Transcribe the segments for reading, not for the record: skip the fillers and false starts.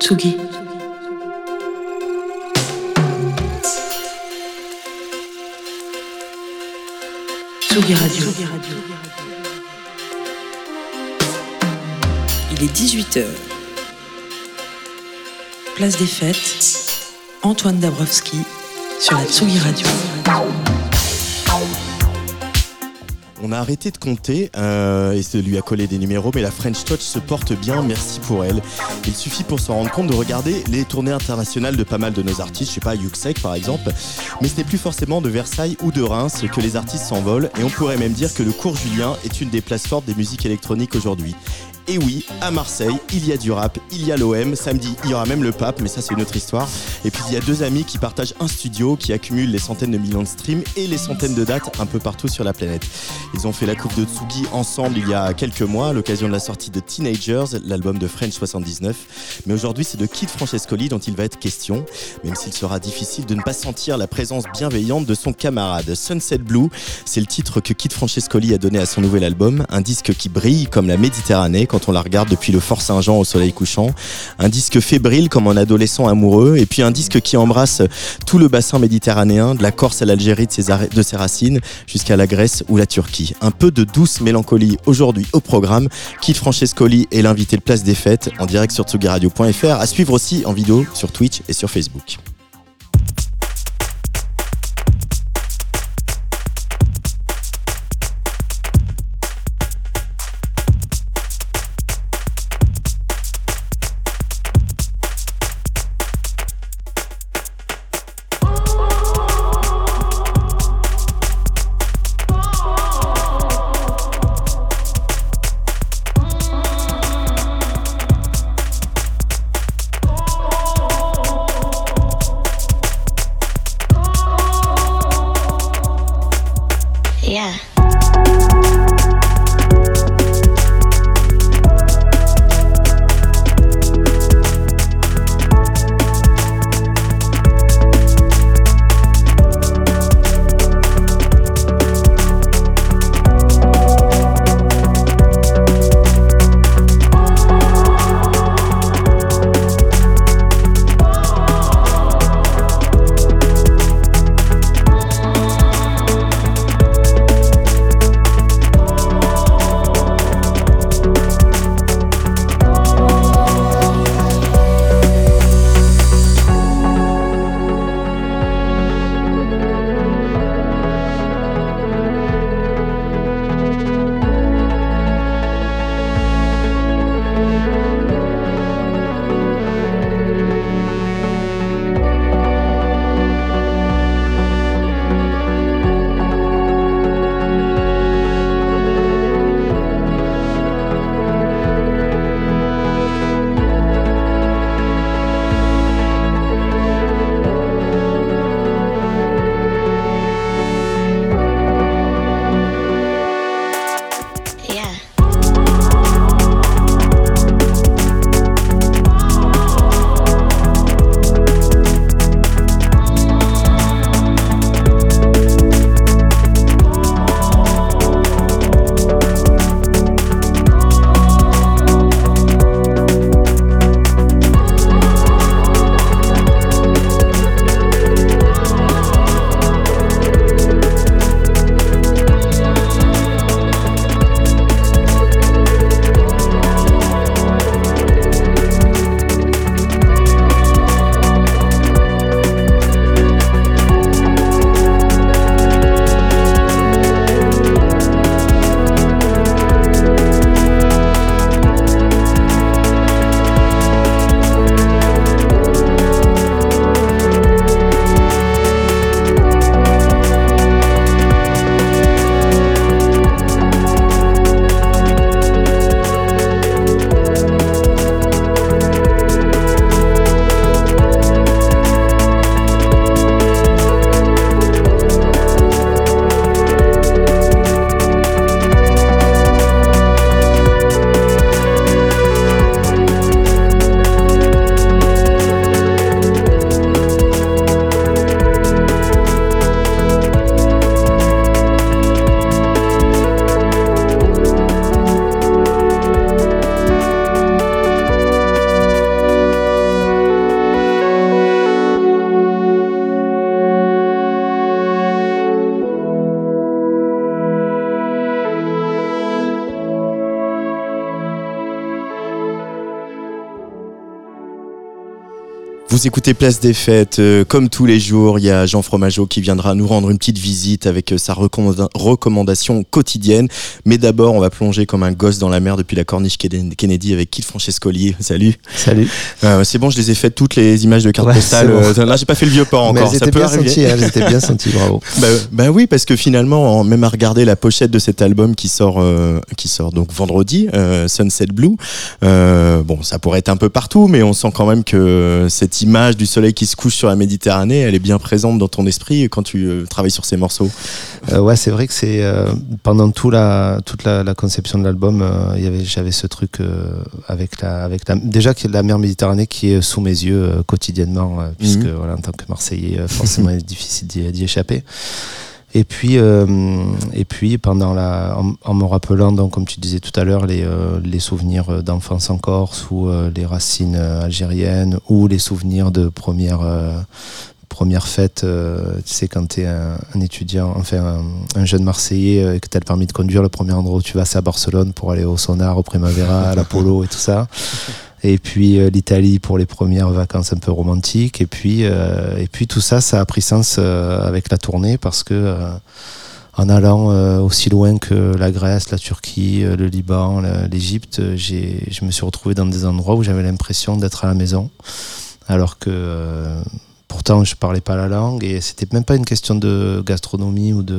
Tsugi. Tsugi Radio. Il est 18h. Place des Fêtes. Antoine Dabrowski sur la Tsugi Radio. On a arrêté de compter et ça lui a collé des numéros, mais la French Touch se porte bien, merci pour elle. Il suffit pour s'en rendre compte de regarder les tournées internationales de pas mal de nos artistes, je sais pas, Yuxek par exemple, mais ce n'est plus forcément de Versailles ou de Reims que les artistes s'envolent, et on pourrait même dire que le cours Julien est une des places fortes des musiques électroniques aujourd'hui. Et oui, à Marseille, il y a du rap, il y a l'OM, samedi il y aura même le pape, mais ça c'est une autre histoire. Et puis il y a deux amis qui partagent un studio, qui accumulent les centaines de millions de streams et les centaines de dates un peu partout sur la planète. Ils ont fait la coupe de Tsugi ensemble il y a quelques mois, à l'occasion de la sortie de Teenagers, l'album de French 79. Mais aujourd'hui c'est de Kid Francescoli dont il va être question, même s'il sera difficile de ne pas sentir la présence bienveillante de son camarade. Sunset Blue, c'est le titre que Kid Francescoli a donné à son nouvel album, un disque qui brille comme la Méditerranée quand on la regarde depuis le Fort Saint-Jean au soleil couchant, un disque fébrile comme un adolescent amoureux, et puis un disque qui embrasse tout le bassin méditerranéen, de la Corse à l'Algérie de ses racines, jusqu'à la Grèce ou la Turquie. Un peu de douce mélancolie aujourd'hui au programme. Kid Francescoli est l'invité de Place des Fêtes, en direct sur tsugiradio.fr, à suivre aussi en vidéo sur Twitch et sur Facebook. Vous écoutez Place des Fêtes, comme tous les jours, il y a Jean Fromageau qui viendra nous rendre une petite visite avec sa recommandation quotidienne. Mais d'abord, on va plonger comme un gosse dans la mer depuis la corniche Kennedy avec Kid Francescoli. Salut. Salut. C'est bon, je les ai faites toutes les images de carte postale. Bon. Là, j'ai pas fait le vieux port encore. Mais ça peut arriver. Elles étaient bien senties, bravo. Bah oui, parce que finalement, même à regarder la pochette de cet album qui sort donc vendredi, Sunset Blue. Bon, ça pourrait être un peu partout, mais on sent quand même que cette image du soleil qui se couche sur la Méditerranée, elle est bien présente dans ton esprit quand tu travailles sur ces morceaux. Ouais, c'est vrai que c'est pendant toute la conception de l'album, j'avais ce truc avec déjà qu'il y a la mer Méditerranée qui est sous mes yeux quotidiennement, puisque voilà, en tant que Marseillais, forcément, il est difficile d'y échapper. Et puis en me rappelant, donc, comme tu disais tout à l'heure, les souvenirs d'enfance en Corse ou les racines algériennes ou les souvenirs de première fête, tu sais, quand t'es un étudiant, enfin un jeune Marseillais et que t'as le permis de conduire, le premier endroit où tu vas, c'est à Barcelone pour aller au Sonar, au Primavera, à l'Apollo et tout ça. Et puis l'Italie pour les premières vacances un peu romantiques. Et puis tout ça a pris sens avec la tournée parce que en allant aussi loin que la Grèce, la Turquie, le Liban, l'Égypte, je me suis retrouvé dans des endroits où j'avais l'impression d'être à la maison. Alors que pourtant je parlais pas la langue et c'était même pas une question de gastronomie ou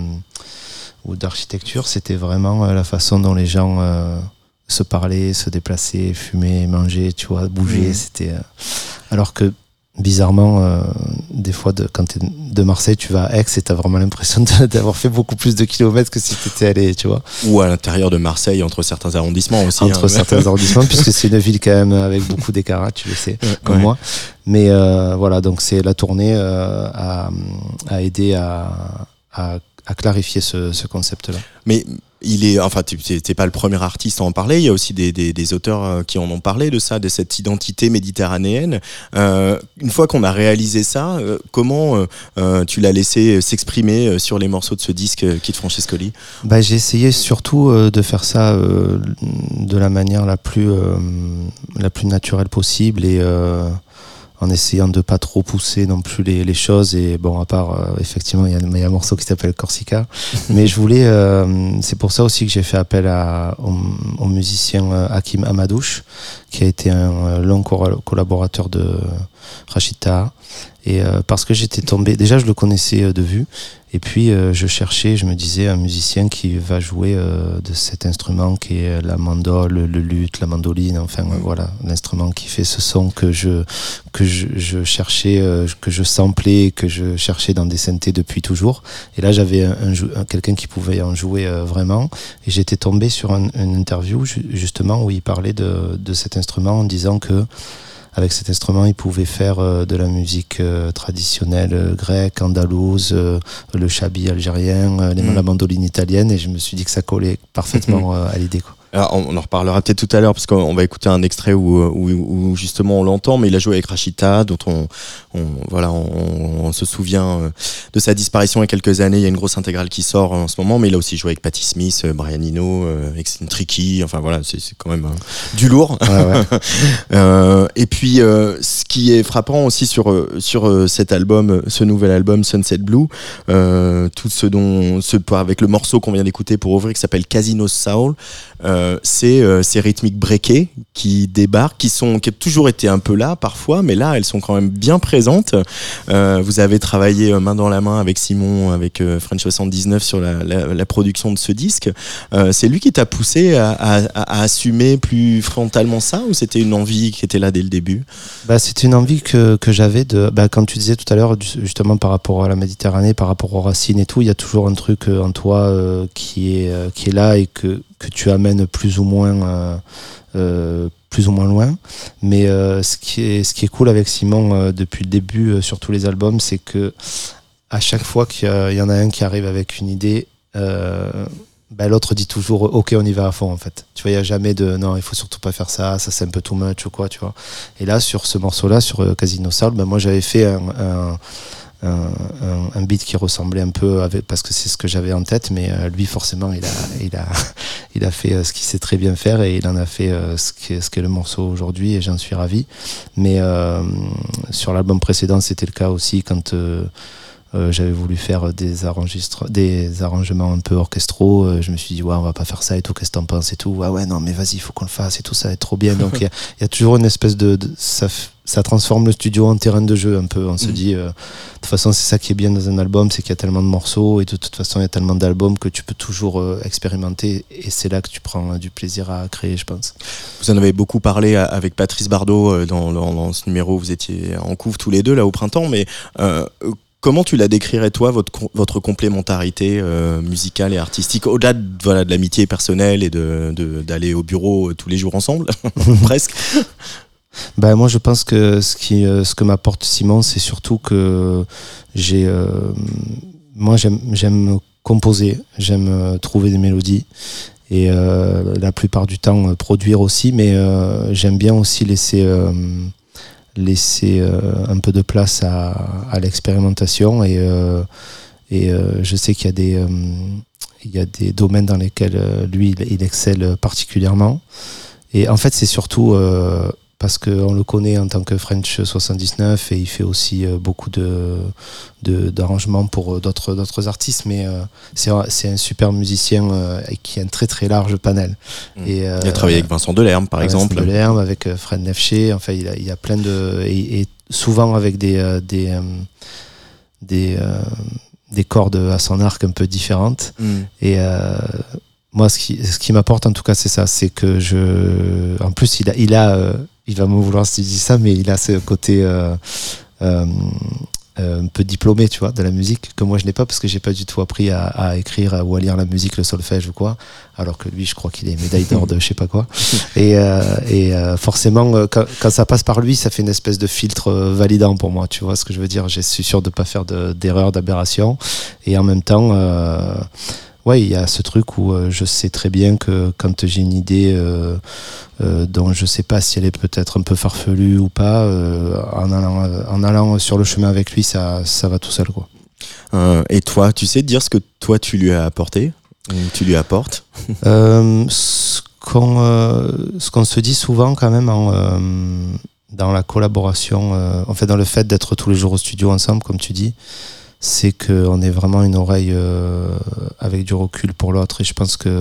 d'architecture, c'était vraiment la façon dont les gens se parler, se déplacer, fumer, manger, tu vois, bouger. C'était alors que bizarrement, des fois, quand t'es de Marseille, tu vas à Aix et t'as vraiment l'impression d'avoir fait beaucoup plus de kilomètres que si t'étais allé, tu vois. Ou à l'intérieur de Marseille, entre certains arrondissements aussi. Entre certains arrondissements, puisque c'est une ville quand même avec beaucoup d'écart, tu le sais, comme moi. Mais voilà, donc c'est la tournée a aidé à clarifier ce concept-là. Mais t'es pas le premier artiste à en parler. Il y a aussi des auteurs qui en ont parlé de ça, de cette identité méditerranéenne. Une fois qu'on a réalisé ça, comment tu l'as laissé s'exprimer sur les morceaux de ce disque, Kid Francescoli ? J'ai essayé surtout de faire ça de la manière la plus naturelle possible et en essayant de pas trop pousser non plus les choses. Et bon, à part effectivement il y a un morceau qui s'appelle Corsica, mais je voulais c'est pour ça aussi que j'ai fait appel au musicien Hakim Hamadouche, qui a été un long collaborateur de Rachid Taha, et parce que j'étais tombé, déjà je le connaissais de vue, et puis je me disais un musicien qui va jouer de cet instrument qui est la mandole, le luth, la mandoline, enfin voilà, l'instrument qui fait ce son que je cherchais, que je samplais, que je cherchais dans des synthés depuis toujours. Et là j'avais quelqu'un qui pouvait en jouer vraiment, et j'étais tombé sur une interview justement où il parlait de cet instrument en disant que avec cet instrument, il pouvait faire de la musique traditionnelle grecque, andalouse, le chabi algérien, la mandoline italienne, et je me suis dit que ça collait parfaitement à l'idée, quoi. Alors, on en reparlera peut-être tout à l'heure parce qu'on va écouter un extrait où justement on l'entend, mais il a joué avec Rachid Taha, dont on se souvient de sa disparition il y a quelques années. Il y a une grosse intégrale qui sort en ce moment, mais il a aussi joué avec Patti Smith, Brian Eno, Eccentrici, enfin voilà, c'est quand même du lourd. Ouais. Et puis ce qui est frappant aussi sur cet album, ce nouvel album Sunset Blue, tout avec le morceau qu'on vient d'écouter pour ouvrir qui s'appelle Casino Soul, ces rythmiques breakées qui débarquent, qui ont toujours été un peu là parfois, mais là elles sont quand même bien présentes. Vous avez travaillé main dans la main avec Simon, avec French 79 sur la production de ce disque. C'est lui qui t'a poussé à assumer plus frontalement ça, ou c'était une envie qui était là dès le début ? C'était une envie que j'avais quand tu disais tout à l'heure justement par rapport à la Méditerranée, par rapport aux racines et tout, il y a toujours un truc en toi qui est là et que tu amènes plus ou moins loin. Mais ce qui est cool avec Simon depuis le début sur tous les albums, c'est que à chaque fois qu'il y en a un qui arrive avec une idée, l'autre dit toujours ok, on y va à fond, en fait. Tu vois, il n'y a jamais de non, il faut surtout pas faire ça c'est un peu too much ou quoi, tu vois. Et là sur ce morceau là, sur Casino Soul, moi j'avais fait un beat qui ressemblait un peu parce que c'est ce que j'avais en tête, mais lui forcément il a fait ce qu'il sait très bien faire et il en a fait ce qu'est le morceau aujourd'hui et j'en suis ravi. Mais sur l'album précédent c'était le cas aussi quand j'avais voulu faire des arrangements un peu orchestraux, je me suis dit ouais on va pas faire ça et tout, qu'est-ce que t'en penses et tout, ouais non mais vas-y il faut qu'on le fasse et tout, ça va être trop bien. Donc il y a toujours une espèce de ça transforme le studio en terrain de jeu un peu, on se dit de toute façon c'est ça qui est bien dans un album, c'est qu'il y a tellement de morceaux et de toute façon il y a tellement d'albums que tu peux toujours expérimenter et c'est là que tu prends du plaisir à créer, je pense. Vous en avez beaucoup parlé avec Patrice Bardot dans ce numéro, vous étiez en couve tous les deux là au printemps, mais comment tu la décrirais toi, votre complémentarité musicale et artistique, au-delà de l'amitié personnelle et d'aller au bureau tous les jours ensemble, presque? Moi je pense que ce que m'apporte Simon, c'est surtout que moi j'aime composer, j'aime trouver des mélodies et la plupart du temps produire aussi, mais j'aime bien aussi laisser un peu de place à l'expérimentation et je sais qu'il y a des domaines dans lesquels lui il excelle particulièrement et en fait c'est surtout parce qu'on le connaît en tant que French 79 et il fait aussi beaucoup d'arrangements pour d'autres artistes, mais c'est un super musicien qui a un très très large panel. Et, il a travaillé avec Vincent Delerme par exemple. Vincent Delerme, avec Fred Nefché, enfin il y a plein de... Et souvent avec des cordes à son arc un peu différentes. Et moi ce qui m'apporte en tout cas c'est ça, c'est que en plus il va me vouloir si je dis ça, mais il a ce côté un peu diplômé, tu vois, de la musique, que moi je n'ai pas parce que j'ai pas du tout appris à écrire ou à lire la musique, le solfège ou quoi, alors que lui je crois qu'il est médaille d'or de je sais pas quoi. Et forcément quand ça passe par lui, ça fait une espèce de filtre validant pour moi, tu vois ce que je veux dire. Je suis sûr de pas faire d'erreur, d'aberration, et en même temps ouais, il y a ce truc où je sais très bien que quand j'ai une idée dont je sais pas si elle est peut-être un peu farfelue ou pas, en allant sur le chemin avec lui, ça va tout seul, quoi. Et toi, tu sais dire ce que toi tu lui as apporté, ou tu lui apportes? Ce qu'on se dit souvent quand même dans la collaboration, en fait dans le fait d'être tous les jours au studio ensemble, comme tu dis, c'est qu'on est vraiment une oreille avec du recul pour l'autre, et je pense que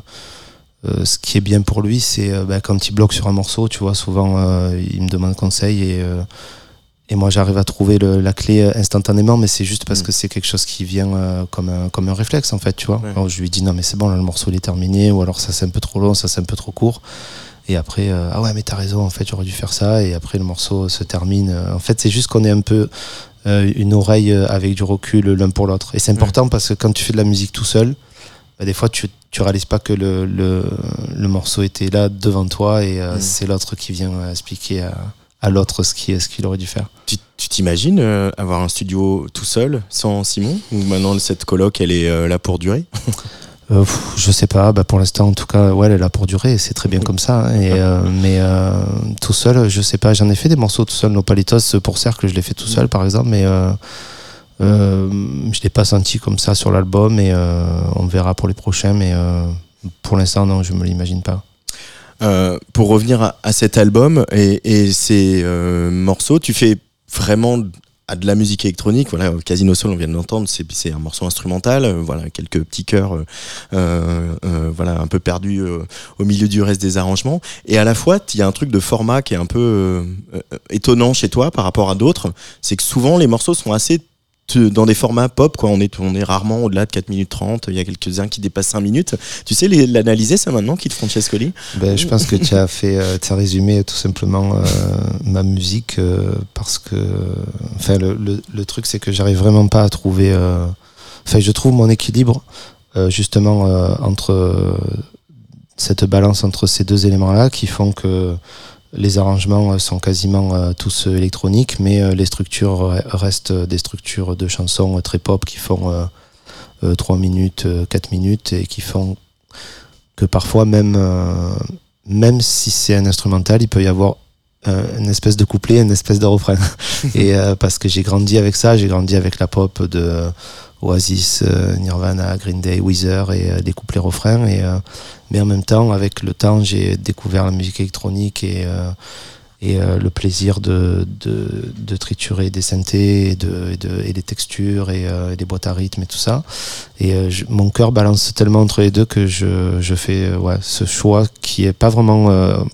ce qui est bien pour lui, c'est quand il bloque sur un morceau, tu vois, souvent il me demande conseil et moi j'arrive à trouver la clé instantanément, mais c'est juste parce que c'est quelque chose qui vient comme un réflexe en fait, tu vois. Alors je lui dis non mais c'est bon, là, le morceau il est terminé, ou alors ça c'est un peu trop long, ça c'est un peu trop court, et après ah ouais mais t'as raison, en fait j'aurais dû faire ça, et après le morceau se termine. En fait c'est juste qu'on est un peu une oreille avec du recul l'un pour l'autre, et c'est important parce que quand tu fais de la musique tout seul, des fois tu réalises pas que le morceau était là devant toi, et c'est l'autre qui vient expliquer à l'autre ce qu'il aurait dû faire. Tu t'imagines avoir un studio tout seul sans Simon, ou maintenant cette coloc elle est là pour durer? Je sais pas, pour l'instant en tout cas ouais, elle est là pour durer et c'est très bien comme ça, hein. Mais tout seul je sais pas, j'en ai fait des morceaux tout seul, Nopalitos pour Cercle je l'ai fait tout seul par exemple, mais je l'ai pas senti comme ça sur l'album, et on verra pour les prochains, mais pour l'instant non, je me l'imagine pas. Pour revenir à cet album et ces morceaux, tu fais vraiment de la musique électronique. Voilà, Casino Soul, on vient de l'entendre, c'est un morceau instrumental, voilà, quelques petits chœurs voilà, un peu perdus au milieu du reste des arrangements, et à la fois il y a un truc de format qui est un peu étonnant chez toi par rapport à d'autres, c'est que souvent les morceaux sont assez dans des formats pop, quoi. On est rarement au-delà de 4 minutes 30, il y a quelques-uns qui dépassent 5 minutes. Tu sais l'analyser ça maintenant, Kid Francescoli? Je pense que tu as résumé tout simplement ma musique, parce que enfin le truc c'est que j'arrive vraiment pas à trouver je trouve mon équilibre justement entre cette balance entre ces deux éléments-là qui font que les arrangements sont quasiment tous électroniques, mais les structures restent des structures de chansons très pop qui font 3 minutes, 4 minutes, et qui font que parfois même si c'est un instrumental, il peut y avoir une espèce de couplet, une espèce de refrain. Et parce que j'ai grandi avec ça, j'ai grandi avec la pop de Oasis, Nirvana, Green Day, Weezer et des couplets refrains. Mais en même temps, avec le temps, j'ai découvert la musique électronique et le plaisir de triturer des synthés et des textures et des boîtes à rythme et tout ça. Et mon cœur balance tellement entre les deux que je fais ce choix qui est pas vraiment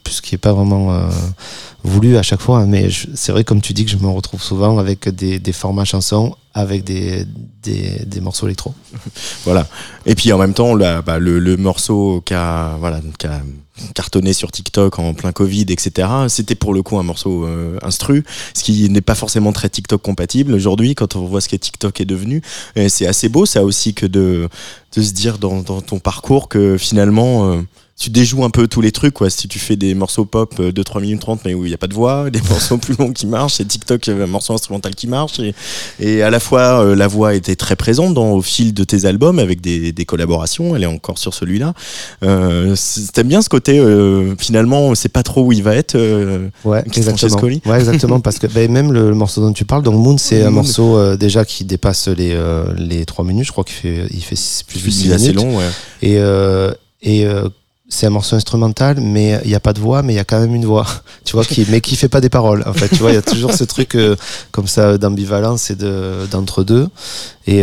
voulu à chaque fois, hein, mais c'est vrai, comme tu dis, que je me retrouve souvent avec des formats chansons avec des morceaux électro. Voilà. Et puis en même temps, le morceau qui a cartonné sur TikTok en plein Covid, etc., c'était pour le coup un morceau instru, ce qui n'est pas forcément très TikTok compatible aujourd'hui quand on voit ce que TikTok est devenu. Et c'est assez beau ça aussi que de se dire dans ton parcours que finalement tu déjoues un peu tous les trucs, quoi. Si tu fais des morceaux pop de 3 minutes 30 mais où il n'y a pas de voix, des morceaux plus longs qui marchent, c'est TikTok un morceau instrumental qui marche, et à la fois la voix était très présente au fil de tes albums avec des collaborations, elle est encore sur celui-là. T'aimes bien ce côté finalement on sait pas trop où il va être, exactement. Ouais, exactement, parce que même le morceau dont tu parles, donc Moon, c'est un morceau déjà qui dépasse les 3 minutes, je crois qu'il fait plus de 6 minutes. Assez long, ouais. Et c'est un morceau instrumental, mais il n'y a pas de voix, mais il y a quand même une voix, tu vois, mais qui fait pas des paroles. En fait, tu vois, il y a toujours ce truc comme ça d'ambivalence et d'entre-deux. Et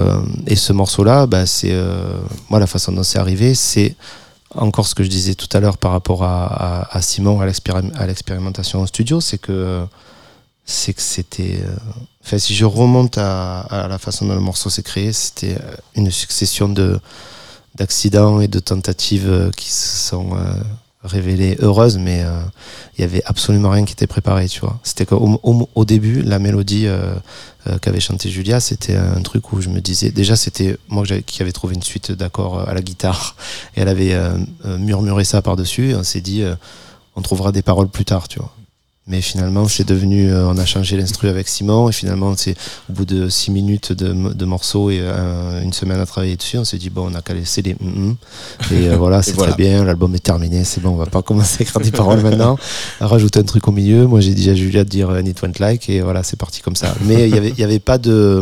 ce morceau-là, c'est la façon dont c'est arrivé, c'est encore ce que je disais tout à l'heure par rapport à Simon, à l'expérimentation en studio, c'est que c'était. Si je remonte à la façon dont le morceau s'est créé, c'était une succession d'accidents et de tentatives qui se sont révélées heureuses, mais il y avait absolument rien qui était préparé, tu vois. C'était qu'au début, la mélodie qu'avait chanté Julia, c'était un truc où je me disais, déjà c'était moi qui avais trouvé une suite d'accords à la guitare, et elle avait murmuré ça par-dessus, et on s'est dit on trouvera des paroles plus tard, tu vois. Mais finalement, c'est devenu, on a changé l'instru avec Simon, et finalement, c'est au bout de 6 minutes de morceaux et une semaine à travailler dessus, on s'est dit, on a qu'à laisser les et voilà, c'est très bien, l'album est terminé, c'est bon, on va pas commencer à écrire des paroles maintenant, à rajouter un truc au milieu. Moi, j'ai dit à Julia de dire It Went Like, et voilà, c'est parti comme ça. Mais il y avait pas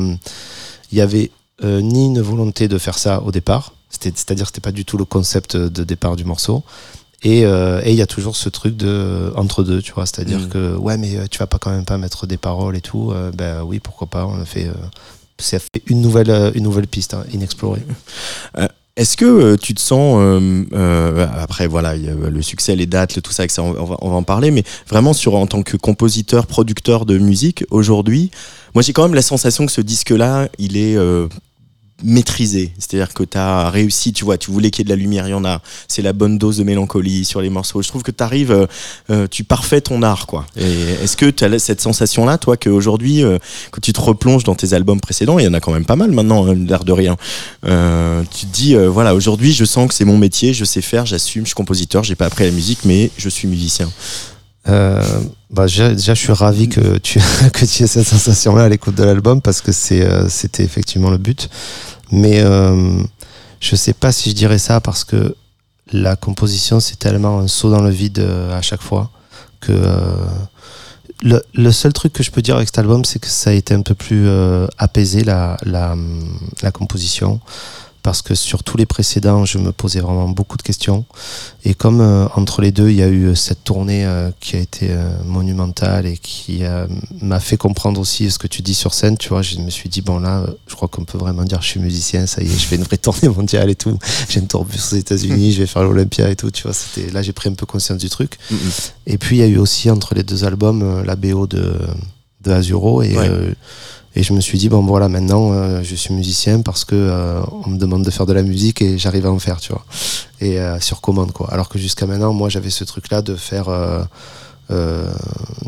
ni une volonté de faire ça au départ, c'est-à-dire que c'était pas du tout le concept de départ du morceau. Et il y a toujours ce truc entre deux, tu vois, c'est-à-dire que mais tu vas pas quand même pas mettre des paroles et tout, oui, pourquoi pas, on a fait ça fait une nouvelle piste inexplorée. Est-ce que tu te sens après voilà, il y a le succès, les dates, tout ça, on va en parler, mais vraiment en tant que compositeur, producteur de musique aujourd'hui, moi j'ai quand même la sensation que ce disque-là, il est maîtrisé, c'est-à-dire que tu as réussi, tu vois, tu voulais qu'il y ait de la lumière, il y en a, c'est la bonne dose de mélancolie sur les morceaux. Je trouve que tu arrives, tu parfais ton art, quoi. Et est-ce que tu as cette sensation-là, toi, qu'aujourd'hui, quand tu te replonges dans tes albums précédents, il y en a quand même pas mal maintenant, l'air de rien, tu te dis, voilà, aujourd'hui, je sens que c'est mon métier, je sais faire, j'assume, je suis compositeur, j'ai pas appris la musique, mais je suis musicien. Déjà, je suis ravi que tu aies cette sensation-là à l'écoute de l'album, parce que c'était effectivement le but. Mais je sais pas si je dirais ça, parce que la composition, c'est tellement un saut dans le vide à chaque fois que le seul truc que je peux dire avec cet album, c'est que ça a été un peu plus apaisé, la composition. Parce que sur tous les précédents, je me posais vraiment beaucoup de questions. Et comme entre les deux, il y a eu cette tournée qui a été monumentale et qui m'a fait comprendre aussi ce que tu dis sur scène, tu vois, je me suis dit, je crois qu'on peut vraiment dire que je suis musicien, ça y est, je fais une vraie tournée mondiale et tout. J'ai une tournée aux États-Unis, je vais faire l'Olympia et tout, tu vois. Là, j'ai pris un peu conscience du truc. Et puis, il y a eu aussi entre les deux albums la BO de Azuro, et je me suis dit, maintenant, je suis musicien parce que on me demande de faire de la musique et j'arrive à en faire, tu vois. Et sur commande, quoi. Alors que jusqu'à maintenant, moi, j'avais ce truc-là de faire,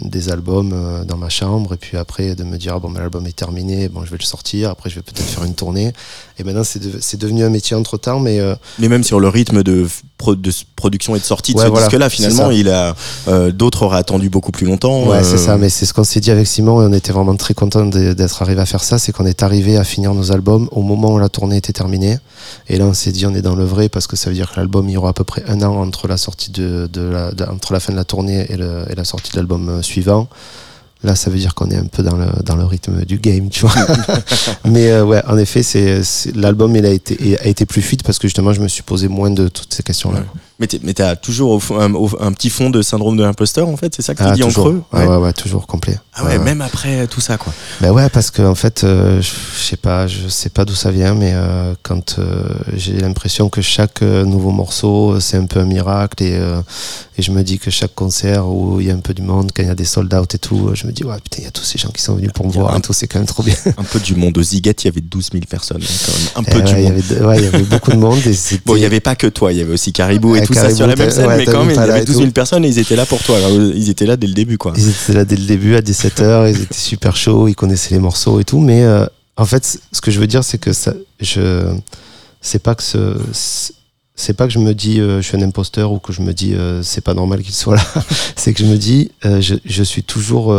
des albums dans ma chambre, et puis après de me dire bon, l'album est terminé, bon, je vais le sortir, après je vais peut-être faire une tournée. Et maintenant c'est devenu un métier entre temps, mais même sur le rythme de production et de sortie de ce disque-là, finalement, il a d'autres auraient attendu beaucoup plus longtemps. Ouais, c'est ça, mais c'est ce qu'on s'est dit avec Simon, et on était vraiment très contents d'être arrivé à faire ça, c'est qu'on est arrivé à finir nos albums au moment où la tournée était terminée. Et là, on s'est dit, on est dans le vrai, parce que ça veut dire que l'album, il y aura à peu près 1 an entre la sortie entre la fin de la tournée et la sortie de l'album suivant. Là, ça veut dire qu'on est un peu dans le rythme du game, tu vois. Mais ouais, en effet, l'album, il a été plus fluide parce que justement, je me suis posé moins de toutes ces questions-là. Ouais. Mais t'as toujours un petit fond de syndrome de l'imposteur, en fait, c'est ça que tu dis toujours. En creux. Ouais, toujours complet. Ah ouais, même après tout ça, quoi. Ben ouais, parce que en fait, je sais pas d'où ça vient, mais quand j'ai l'impression que chaque nouveau morceau, c'est un peu un miracle, et je me dis que chaque concert où il y a un peu du monde, quand il y a des sold out et tout, je me dis ouais, putain, il y a tous ces gens qui sont venus pour me voir, tout, c'est quand même trop bien. Un peu du monde. Au Ziget, il y avait 12 000 personnes, donc quand même un peu du monde. Il y avait beaucoup de monde. Et bon, il y avait pas que toi, il y avait aussi Caribou et tout ça sur la même scène, mais quand même, il y avait 12 000 personnes et ils étaient là pour toi. Alors, ils étaient là dès le début, quoi. Ils étaient là dès le début, à 17h, ils étaient super chauds, ils connaissaient les morceaux et tout, mais en fait, ce que je veux dire, c'est que c'est pas que je me dis je suis un imposteur, ou que je me dis c'est pas normal qu'il soit là. C'est que je me dis je suis toujours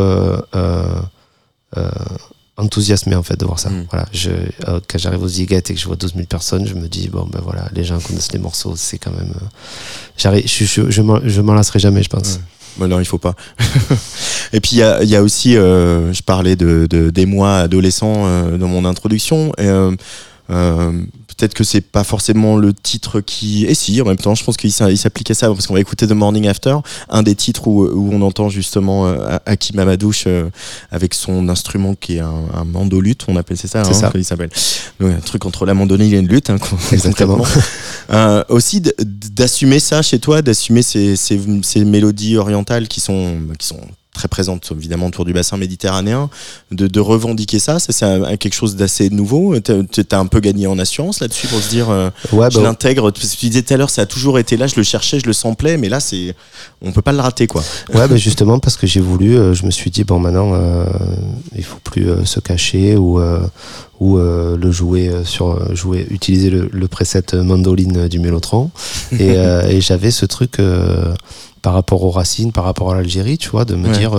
enthousiasmé en fait de voir ça. Voilà, quand j'arrive au Ziget et que je vois 12 000 personnes, je me dis bon ben voilà, les gens connaissent les morceaux, c'est quand même je m'en lasserai jamais, je pense. Bon, non, il faut pas. Et puis il y a aussi je parlais des mois adolescents dans mon introduction, et peut-être que c'est pas forcément le titre qui... Et si, en même temps, je pense qu'il s'appliquait ça, parce qu'on va écouter The Morning After, un des titres où on entend justement Hakim Hamadouche avec son instrument qui est un mandolute, on appelle ça, c'est ça. Il s'appelle. Donc, un truc entre la mandoline et une lutte, exactement. Aussi d'assumer ça chez toi, d'assumer ces mélodies orientales qui sont très présente évidemment autour du bassin méditerranéen, de revendiquer ça, c'est quelque chose d'assez nouveau. T'as un peu gagné en assurance là-dessus pour se dire je l'intègre, parce que tu disais tout à l'heure, ça a toujours été là, je le cherchais, je le samplais, mais là on peut pas le rater, quoi. Ouais, justement parce que j'ai voulu, je me suis dit bon, maintenant il faut plus se cacher ou le jouer utiliser le preset mandoline du Mélotron, et j'avais ce truc par rapport aux racines, par rapport à l'Algérie, tu vois, de me dire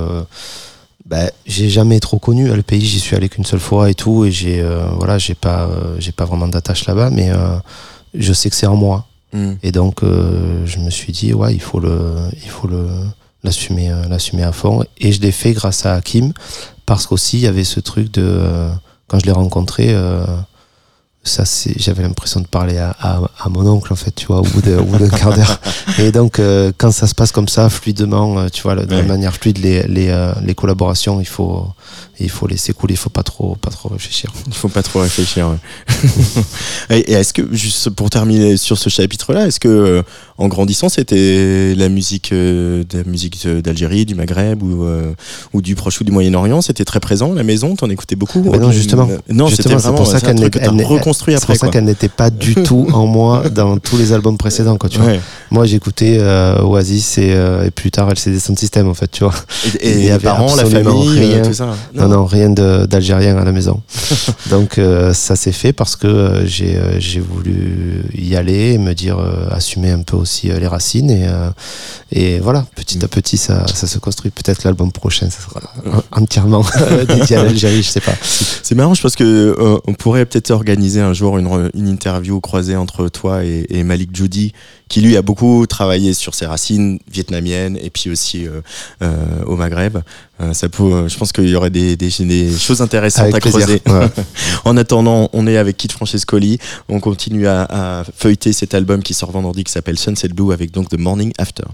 j'ai jamais trop connu le pays, j'y suis allé qu'une seule fois et tout, et j'ai pas vraiment d'attache là-bas, mais je sais que c'est en moi. Et donc je me suis dit il faut l'assumer à fond, et je l'ai fait grâce à Hakim, parce qu'aussi il y avait ce truc de quand je l'ai rencontré, j'avais l'impression de parler à mon oncle, en fait, tu vois, au bout d'un quart d'heure. Et donc quand ça se passe comme ça fluidement, tu vois, de manière fluide, les collaborations, il faut laisser couler, il faut pas trop réfléchir. Il faut pas trop réfléchir. Ouais. Et est-ce que, juste pour terminer sur ce chapitre-là, est-ce que en grandissant, c'était la musique d'Algérie, du Maghreb ou du Proche ou du Moyen-Orient, c'était très présent à la maison, t'en écoutais beaucoup? Non, justement. Non, c'était vraiment pour ça qu'elle reconstruit après. C'est pour ça qu'elle n'était pas du tout en moi dans tous les albums précédents, quoi, tu vois. Moi, j'écoutais Oasis et plus tard LCD Sound System, en fait, tu vois. Et les parents, la famille, tout ça. Non, rien d'algérien à la maison. Donc ça s'est fait parce que j'ai voulu y aller et me dire assumer un peu aussi les racines, et voilà, petit à petit ça se construit. Peut-être l'album prochain ça sera entièrement dédié à l'Algérie, je sais pas. C'est marrant, je pense que on pourrait peut-être organiser un jour une interview croisée entre toi et Malik Djoudi, qui lui a beaucoup travaillé sur ses racines vietnamiennes et puis aussi au Maghreb. Je pense qu'il y aurait des choses intéressantes avec à creuser. Ouais. En attendant, on est avec Kid Francescoli. On continue à feuilleter cet album qui sort vendredi, qui s'appelle Sunset Blue, avec donc The Morning After.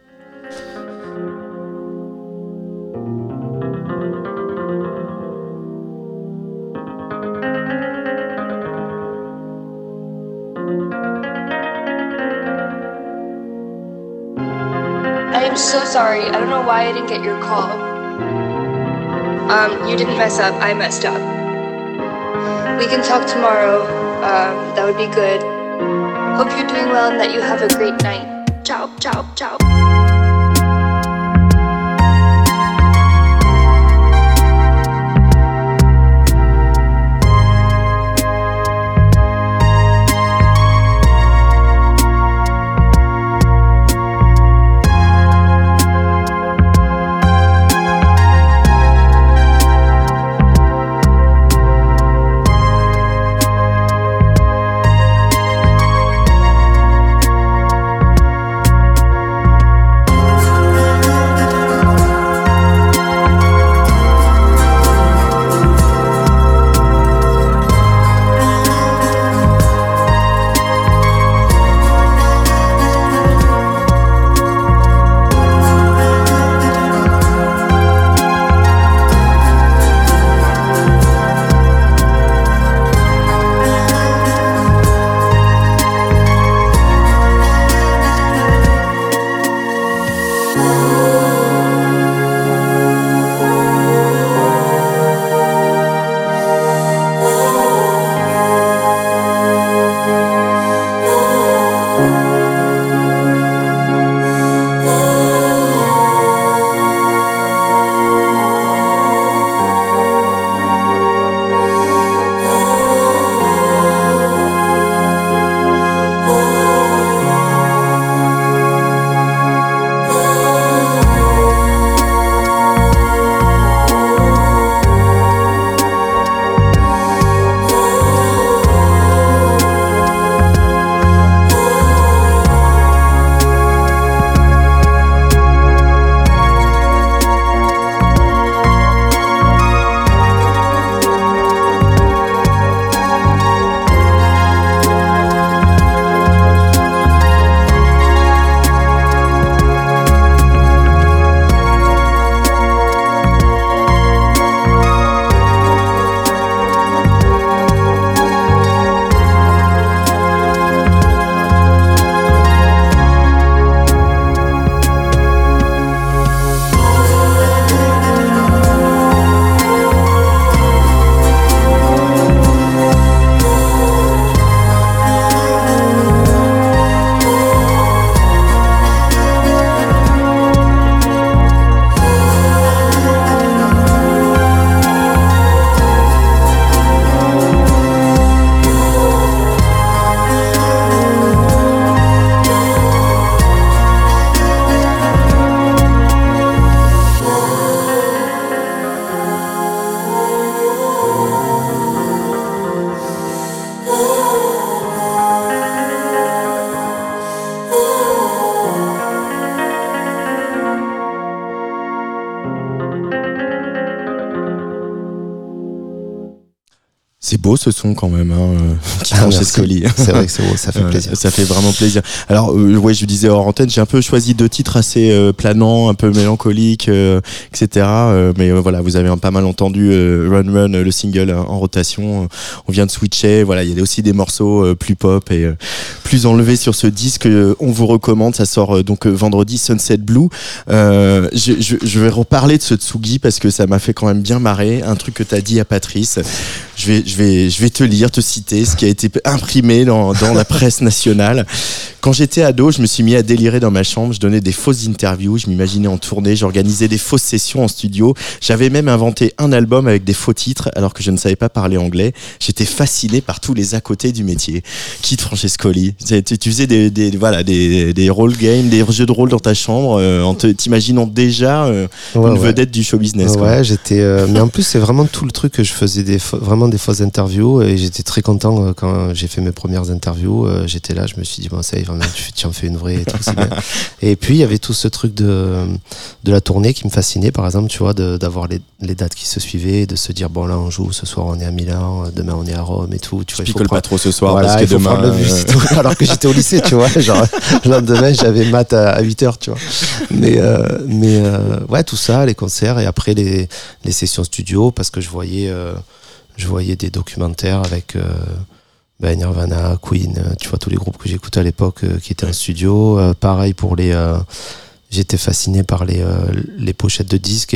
I'm so sorry. I don't know why I didn't get your call. You didn't mess up. I messed up. We can talk tomorrow. That would be good. Hope you're doing well and that you have a great night. Ciao, ciao, ciao. C'est beau ce son quand même, qui Francescoli. C'est vrai que c'est beau, ça fait plaisir. Ça fait vraiment plaisir. Alors, ouais, je disais hors antenne, j'ai un peu choisi 2 titres assez planants, un peu mélancoliques, etc. Mais voilà, vous avez pas mal entendu Run Run, le single en rotation. On vient de switcher. Voilà, il y a aussi des morceaux plus pop et plus enlevés sur ce disque. On vous recommande. Ça sort donc vendredi, Sunset Blue. Je vais reparler de ce Tsugi parce que ça m'a fait quand même bien marrer. Un truc que t'as dit à Patrice. Je vais te lire, te citer ce qui a été imprimé dans la presse nationale. Quand j'étais ado, je me suis mis à délirer dans ma chambre. Je donnais des fausses interviews, je m'imaginais en tournée, j'organisais des fausses sessions en studio. J'avais même inventé un album avec des faux titres alors que je ne savais pas parler anglais. J'étais fasciné par tous les à côté du métier. Kid Francescoli. Tu faisais des role games, des jeux de rôle dans ta chambre en t'imaginant déjà une vedette du show business. Quoi. Ouais, j'étais. Mais en plus, c'est vraiment tout le truc que je faisais vraiment des fausses interviews et j'étais très content quand j'ai fait mes premières interviews. J'étais là, je me suis dit bon ça y est, tu en fais une vraie et tout, c'est bien. Et puis il y avait tout ce truc de la tournée qui me fascinait, par exemple, tu vois, d'avoir les dates qui se suivaient, de se dire bon là on joue, ce soir on est à Milan, demain on est à Rome et tout. Tu vois, picole pas trop ce soir voilà, parce que demain. Le bus, tout, alors que j'étais au lycée, tu vois, genre le lendemain j'avais maths à 8h, tu vois. Mais ouais, tout ça, les concerts et après les sessions studio, parce que je voyais des documentaires avec Nirvana, Queen, tu vois, tous les groupes que j'écoutais à l'époque qui étaient en studio. Pareil pour j'étais fasciné par les pochettes de disques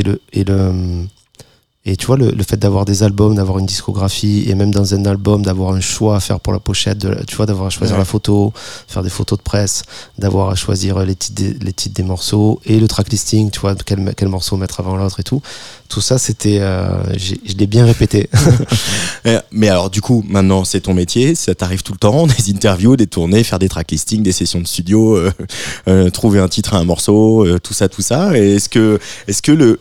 et tu vois, le fait d'avoir des albums, d'avoir une discographie, et même dans un album, d'avoir un choix à faire pour la pochette, tu vois, d'avoir à choisir la photo, faire des photos de presse, d'avoir à choisir les titres des morceaux, et le tracklisting, tu vois, quel morceau mettre avant l'autre et tout. Tout ça, c'était, je l'ai bien répété. Mais alors, du coup, maintenant, c'est ton métier, ça t'arrive tout le temps, des interviews, des tournées, faire des tracklistings, des sessions de studio, trouver un titre à un morceau, tout ça. Et est-ce que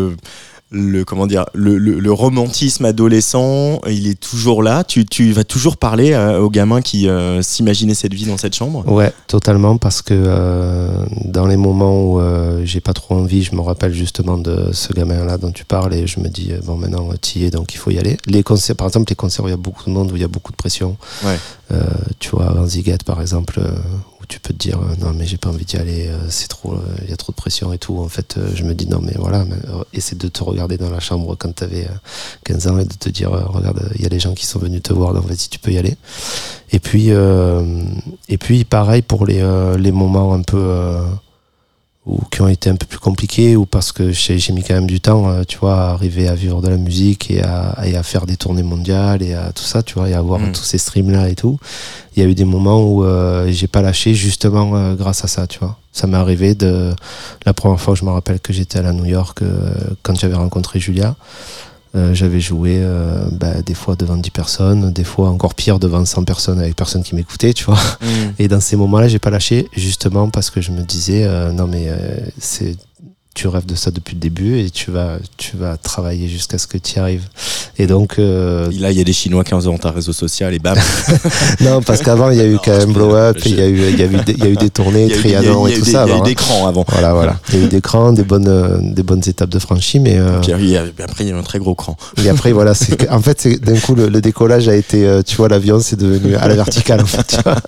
le romantisme adolescent, il est toujours là. Tu vas toujours parler aux gamins qui s'imaginaient cette vie dans cette chambre. Ouais, totalement, parce que dans les moments où j'ai pas trop envie, je me rappelle justement de ce gamin-là dont tu parles et je me dis bon, maintenant t'y es, donc il faut y aller. Les concerts, par exemple, où il y a beaucoup de monde, où il y a beaucoup de pression. Ouais. Tu vois, avant Ziget, par exemple. Tu peux te dire non mais j'ai pas envie d'y aller, c'est trop, il y a trop de pression et tout. En fait, je me dis non mais voilà, essaie de te regarder dans la chambre quand t'avais 15 ans et de te dire regarde, il y a des gens qui sont venus te voir, donc vas-y, tu peux y aller. Et puis pareil pour les moments un peu qui ont été un peu plus compliqués, ou parce que j'ai mis quand même du temps, tu vois, à arriver à vivre de la musique et à faire des tournées mondiales et à tout ça, tu vois, et à avoir tous ces streams là et tout. Il y a eu des moments où j'ai pas lâché, justement grâce à ça, tu vois. Ça m'est arrivé la première fois, je me rappelle que j'étais à New York quand j'avais rencontré Julia. J'avais joué des fois devant 10 personnes, des fois encore pire devant 100 personnes avec personne qui m'écoutait, tu vois. Et dans ces moments-là, j'ai pas lâché, justement parce que je me disais non mais tu rêves de ça depuis le début et tu vas travailler jusqu'à ce que tu y arrives. Et donc là, il y a des Chinois qui ont un réseau social et bam. Non, parce qu'avant il y a eu quand même Blow Up, il y a eu des tournées, Trianon et tout ça. Il y a eu des crans avant. Voilà. Il y a eu des crans, des bonnes étapes de franchie, mais après il y a eu un très gros cran. Et après voilà, en fait d'un coup le décollage a été, tu vois, l'avion c'est devenu à la verticale en fait, tu vois.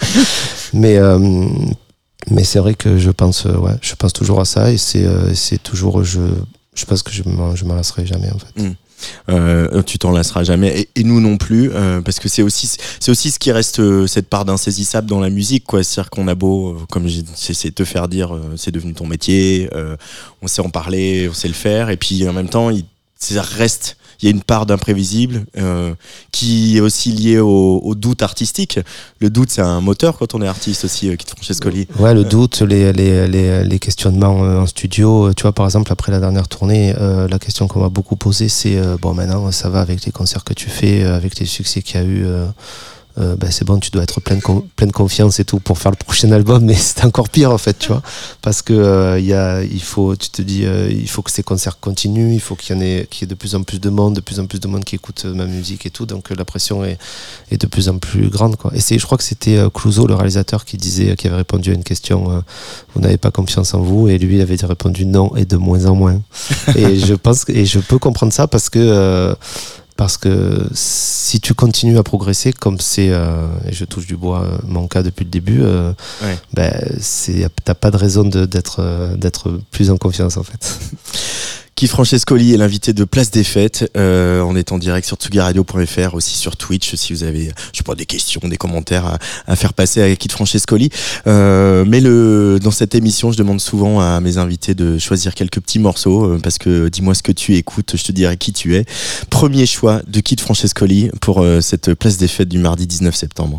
Mais c'est vrai que je pense toujours à ça et c'est toujours je pense que je m'en lasserai jamais en fait. Tu t'en lasseras jamais et nous non plus parce que c'est aussi ce qui reste, cette part d'insaisissable dans la musique, quoi. C'est-à-dire qu'on a beau, comme c'est te faire dire c'est devenu ton métier, on sait en parler, on sait le faire, et puis en même temps ça reste. Il y a une part d'imprévisible qui est aussi liée au doute artistique. Le doute, c'est un moteur quand on est artiste aussi, Kid Francescoli. Ouais, le doute, les questionnements en studio. Tu vois, par exemple, après la dernière tournée, la question qu'on m'a beaucoup posée, c'est bon, maintenant, ça va avec les concerts que tu fais, avec les succès qu'il y a eu. C'est bon, tu dois être pleine confiance et tout pour faire le prochain album, mais c'est encore pire en fait, tu vois, parce que il faut que ces concerts continuent, il faut qu'il y ait de plus en plus de monde qui écoute ma musique et tout, donc la pression est de plus en plus grande, quoi. Et je crois que c'était Clouseau, le réalisateur, qui avait répondu à une question, vous n'avez pas confiance en vous, et lui il avait répondu non, et de moins en moins. Et je pense, et je peux comprendre ça, parce que parce que si tu continues à progresser, comme c'est, et je touche du bois, mon cas depuis le début, t'as pas de raison d'être plus en confiance en fait. Keith Francescoli est l'invité de Place des Fêtes. On est en direct sur tsugiradio.fr, aussi sur Twitch si vous avez, je sais pas, des questions, des commentaires à faire passer à Keith Francescoli. Mais dans cette émission, je demande souvent à mes invités de choisir quelques petits morceaux parce que dis-moi ce que tu écoutes, je te dirai qui tu es. Premier choix de Keith Francescoli pour cette Place des Fêtes du mardi 19 septembre.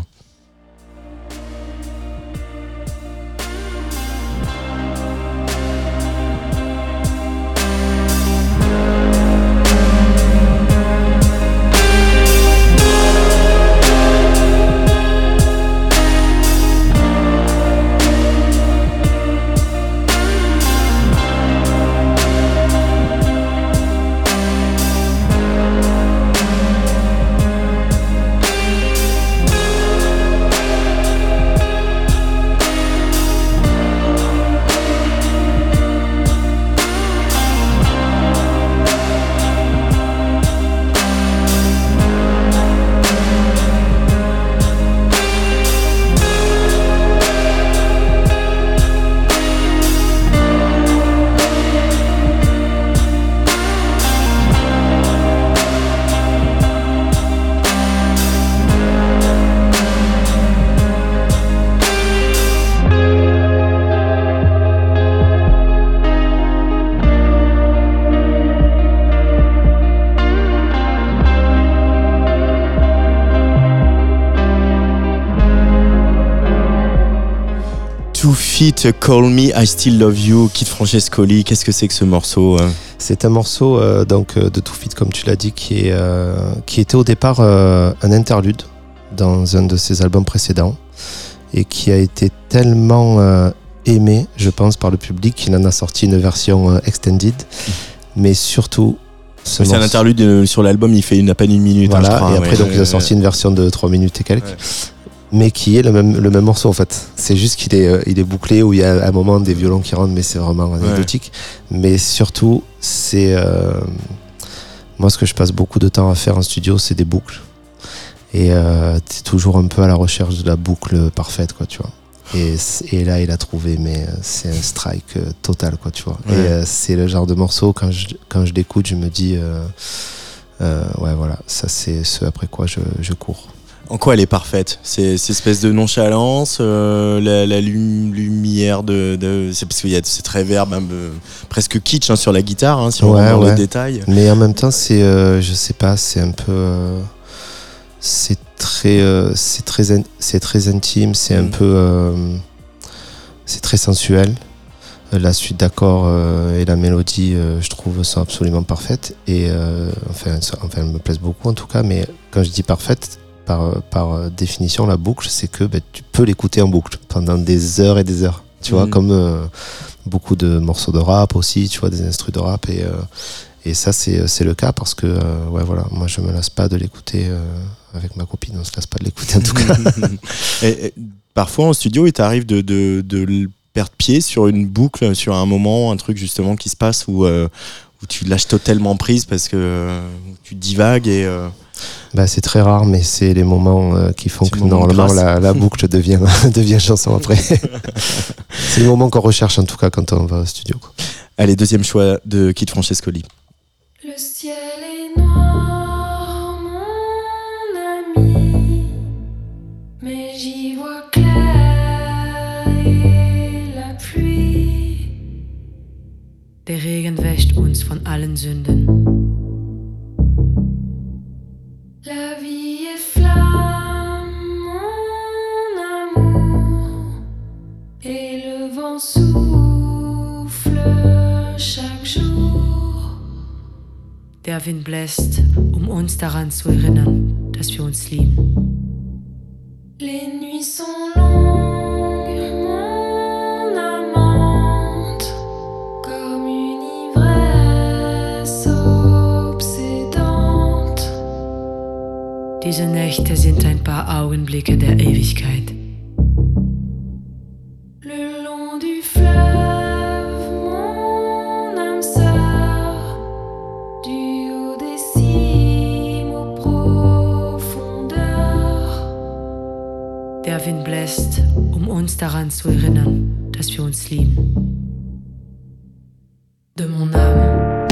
Two Feet, Call Me, I Still Love You, Keith Francescoli. Qu'est-ce que c'est que ce morceau C'est un morceau de Two Feet, comme tu l'as dit, qui était au départ un interlude dans un de ses albums précédents et qui a été tellement aimé, je pense, par le public qu'il en a sorti une version extended. Mais surtout, c'est un interlude sur l'album, il n'a pas une minute. Voilà, je crois, et après, donc, ils ont sorti une version de 3 minutes et quelques. Ouais. Mais qui est le même morceau en fait. C'est juste qu'il est bouclé, où il y a à un moment des violons qui rentrent, mais c'est vraiment anecdotique. Ouais. Mais surtout, c'est moi ce que je passe beaucoup de temps à faire en studio, c'est des boucles. Et t'es toujours un peu à la recherche de la boucle parfaite, quoi, tu vois. Et là, il a trouvé, mais c'est un strike total, quoi, tu vois. Ouais. Et c'est le genre de morceau, quand je l'écoute, je me dis, ouais, voilà, ça c'est ce après quoi je cours. En quoi elle est parfaite ? C'est cette espèce de nonchalance, la lumière c'est parce qu'il y a cette reverb presque kitsch sur la guitare, si on regarde le détail. Mais en même temps, c'est, je sais pas, c'est un peu, c'est très intime, c'est un peu, c'est très sensuel. La suite d'accords et la mélodie, je trouve, sont absolument parfaites. Et enfin, elles me plaisent beaucoup en tout cas. Mais quand je dis parfaite, par définition, la boucle, c'est que tu peux l'écouter en boucle pendant des heures et des heures. Tu vois, comme beaucoup de morceaux de rap aussi, tu vois, des instrus de rap. Et ça, c'est le cas parce que, voilà, moi, je me lasse pas de l'écouter avec ma copine. On se lasse pas de l'écouter en tout cas. Et parfois, en studio, il t'arrive de perdre pied sur une boucle, sur un moment, un truc justement qui se passe où tu lâches totalement prise parce que tu divagues et... c'est très rare, mais c'est les moments qui font que normalement la boucle devient chanson après. C'est les moments qu'on recherche en tout cas quand on va au studio, quoi. Allez, deuxième choix de Keith Francescoli. Le ciel est noir, mon ami, mais j'y vois clair et la pluie. Der Regen wäscht uns von allen Sünden. La vie est flamme, mon amour, et le vent souffle chaque jour. Der Wind bläst, uns daran zu erinnern, dass wir uns lieben. Les nuits sont longues, mon amante, comme une ivresse obsédante. Diese Nächte sind ein paar Augenblicke der Ewigkeit. Le long du fleuve, mon âme sœur, du haut des cimes Wind bläst, uns daran zu erinnern, dass wir uns lieben. De mon âme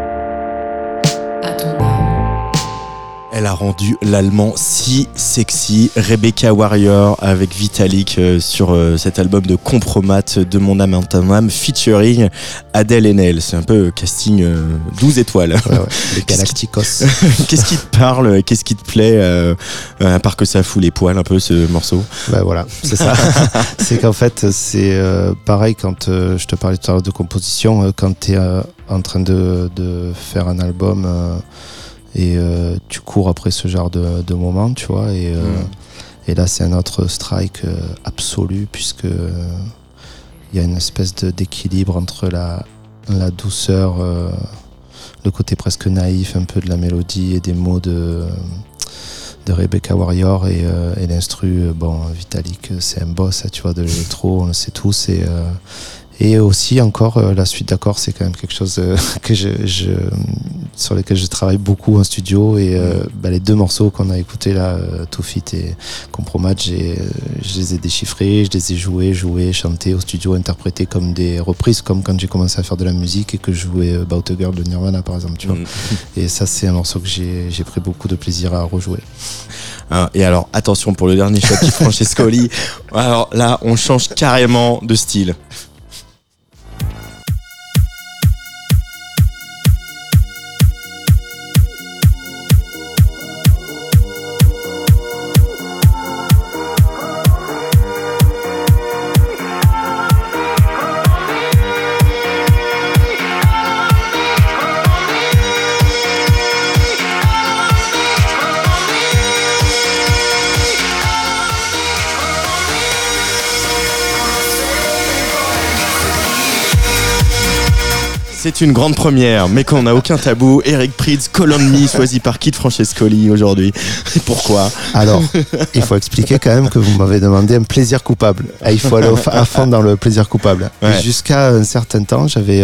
à ton âme. Elle a rendu l'allemand si sexy. Rebecca Warrior avec Vitalik sur cet album de Compromat de mon âme en ton âme featuring Adèle Haenel. C'est un peu casting 12 étoiles. Ouais, les Galacticos. Qu'est-ce qui te parle? Qu'est-ce qui te plaît à part que ça fout les poils un peu ce morceau? Bah voilà, c'est ça. C'est qu'en fait, c'est pareil quand je te parlais tout à l'heure de composition, quand tu es en train de faire un album et tu cours après ce genre de moments, tu vois, et là c'est un autre strike absolu, puisque il y a une espèce d'équilibre entre la douceur, le côté presque naïf un peu de la mélodie et des mots de Rebecca Warrior et l'instru. Bon, Vitalik, c'est un boss, tu vois, de l'électro, on le sait tous, et aussi encore la suite d'accords, c'est quand même quelque chose que sur lequel je travaille beaucoup en studio, et les deux morceaux qu'on a écoutés là, Too Fit et Compromat, je les ai déchiffrés, je les ai joués, chantés au studio, interprétés comme des reprises, comme quand j'ai commencé à faire de la musique et que je jouais About a Girl de Nirvana par exemple, tu vois. Et ça, c'est un morceau que j'ai pris beaucoup de plaisir à rejouer. Et alors attention pour le dernier shot qui Francescoli. Alors là on change carrément de style. C'est une grande première, mais qu'on n'a aucun tabou. Eric Prydz, Call on Me, choisi par Kid Francescoli aujourd'hui. Pourquoi? Alors, il faut expliquer quand même que vous m'avez demandé un plaisir coupable. Et il faut aller à fond dans le plaisir coupable. Ouais. Jusqu'à un certain temps, j'avais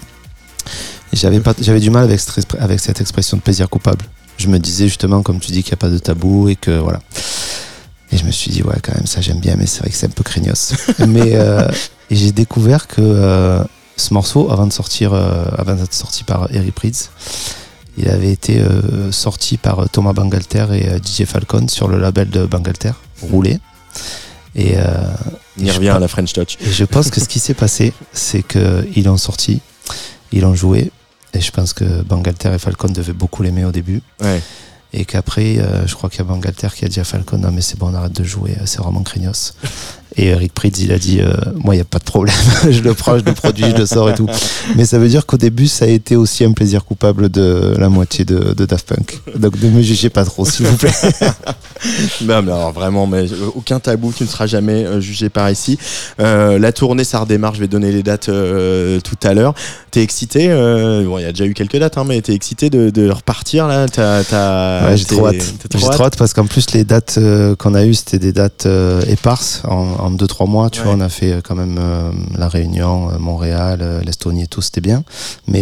du mal avec cette expression de plaisir coupable. Je me disais justement, comme tu dis, qu'il n'y a pas de tabou et que voilà. Et je me suis dit, ouais, quand même, ça j'aime bien, mais c'est vrai que c'est un peu craignos. Mais et j'ai découvert que ce morceau, avant d'être sorti par Eric Prydz, il avait été sorti par Thomas Bangalter et DJ Falcon sur le label de Bangalter, Roulé. Et il revient à la French Touch. Et je pense que ce qui s'est passé, c'est qu'ils l'ont sorti, ils l'ont joué, et je pense que Bangalter et Falcon devaient beaucoup l'aimer au début. Ouais. Et qu'après, je crois qu'il y a Bangalter qui a dit à Falcon, non mais c'est bon, on arrête de jouer, c'est vraiment craignos. Et Eric Prydz, il a dit, moi il n'y a pas de problème, je le prends, je le produis, je le sors et tout. Mais ça veut dire qu'au début, ça a été aussi un plaisir coupable de la moitié de Daft Punk. Donc ne me jugez pas trop, s'il vous plaît. Non, mais alors vraiment, mais aucun tabou, tu ne seras jamais jugé par ici. La tournée, ça redémarre, je vais donner les dates tout à l'heure. T'es excité? Bon, il y a déjà eu quelques dates, hein, mais t'es excité de repartir là? Ouais, j'ai trop hâte. J'ai trop hâte parce qu'en plus, les dates qu'on a eues, c'était des dates éparses. En 2-3 mois, tu vois, on a fait quand même La Réunion, Montréal, l'Estonie et tout, c'était bien. Mais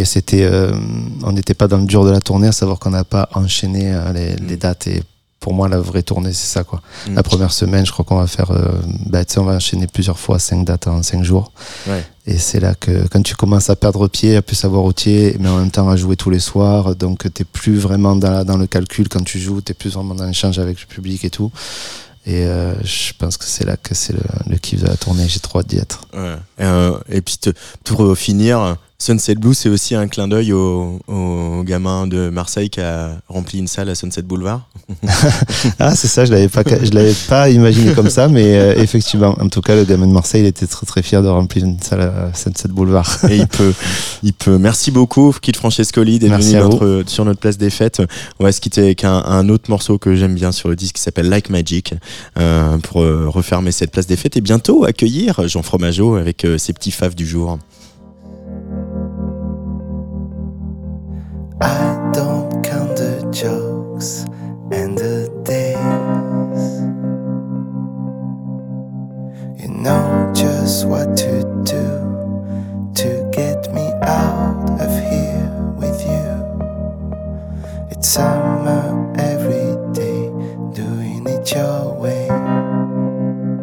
on n'était pas dans le dur de la tournée, à savoir qu'on n'a pas enchaîné les dates. Et pour moi, la vraie tournée, c'est ça, quoi. La première semaine, je crois qu'on va faire, on va enchaîner plusieurs fois 5 dates en 5 jours. Ouais. Et c'est là que, quand tu commences à perdre pied, à plus savoir où tu es, mais en même temps à jouer tous les soirs, donc t'es plus vraiment dans le calcul quand tu joues, t'es plus vraiment dans l'échange avec le public et tout. Et je pense que c'est là que c'est le kiff de la tournée. J'ai trop hâte d'y être. Ouais. Et puis pour finir, Sunset Blue, c'est aussi un clin d'œil au gamin de Marseille qui a rempli une salle à Sunset Boulevard. Ah, c'est ça, je l'avais pas imaginé comme ça, mais effectivement, en tout cas, le gamin de Marseille, il était très très fier de remplir une salle à Sunset Boulevard. Et il peut. Merci beaucoup, Kid Francescoli, d'être venu sur notre place des fêtes. On va se quitter avec un autre morceau que j'aime bien sur le disque qui s'appelle Like Magic, pour refermer cette place des fêtes et bientôt accueillir Jean Fromageau avec ses petits faves du jour. I don't count the jokes and the days. You know just what to do to get me out of here with you. It's summer every day, doing it your way.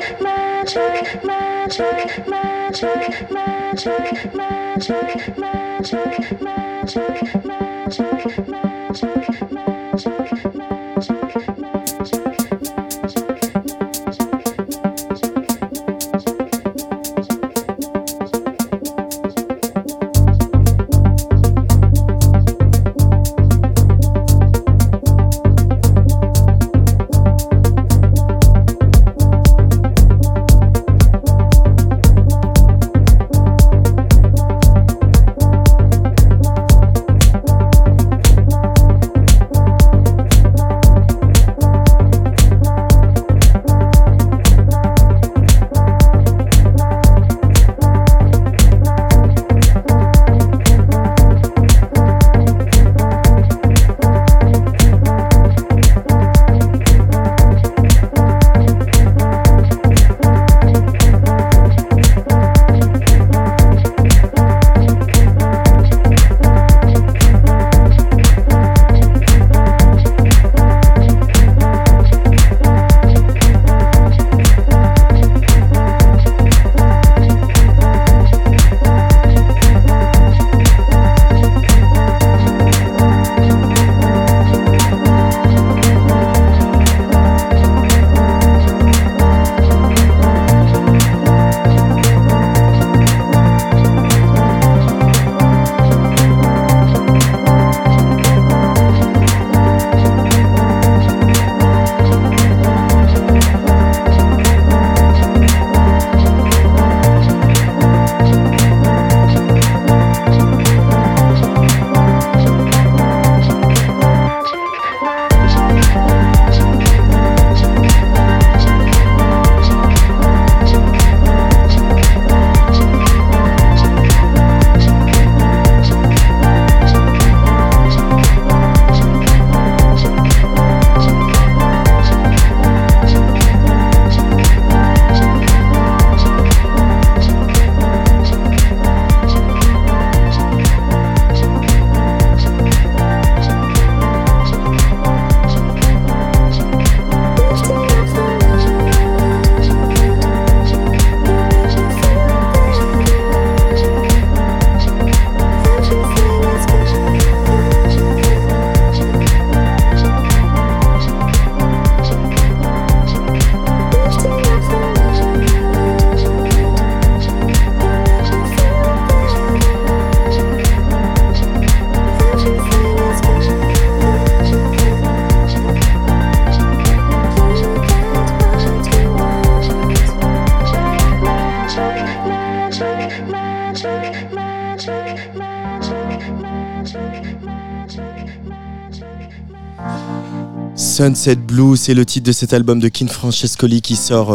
Sunset Blue, c'est le titre de cet album de Kid Francescoli qui sort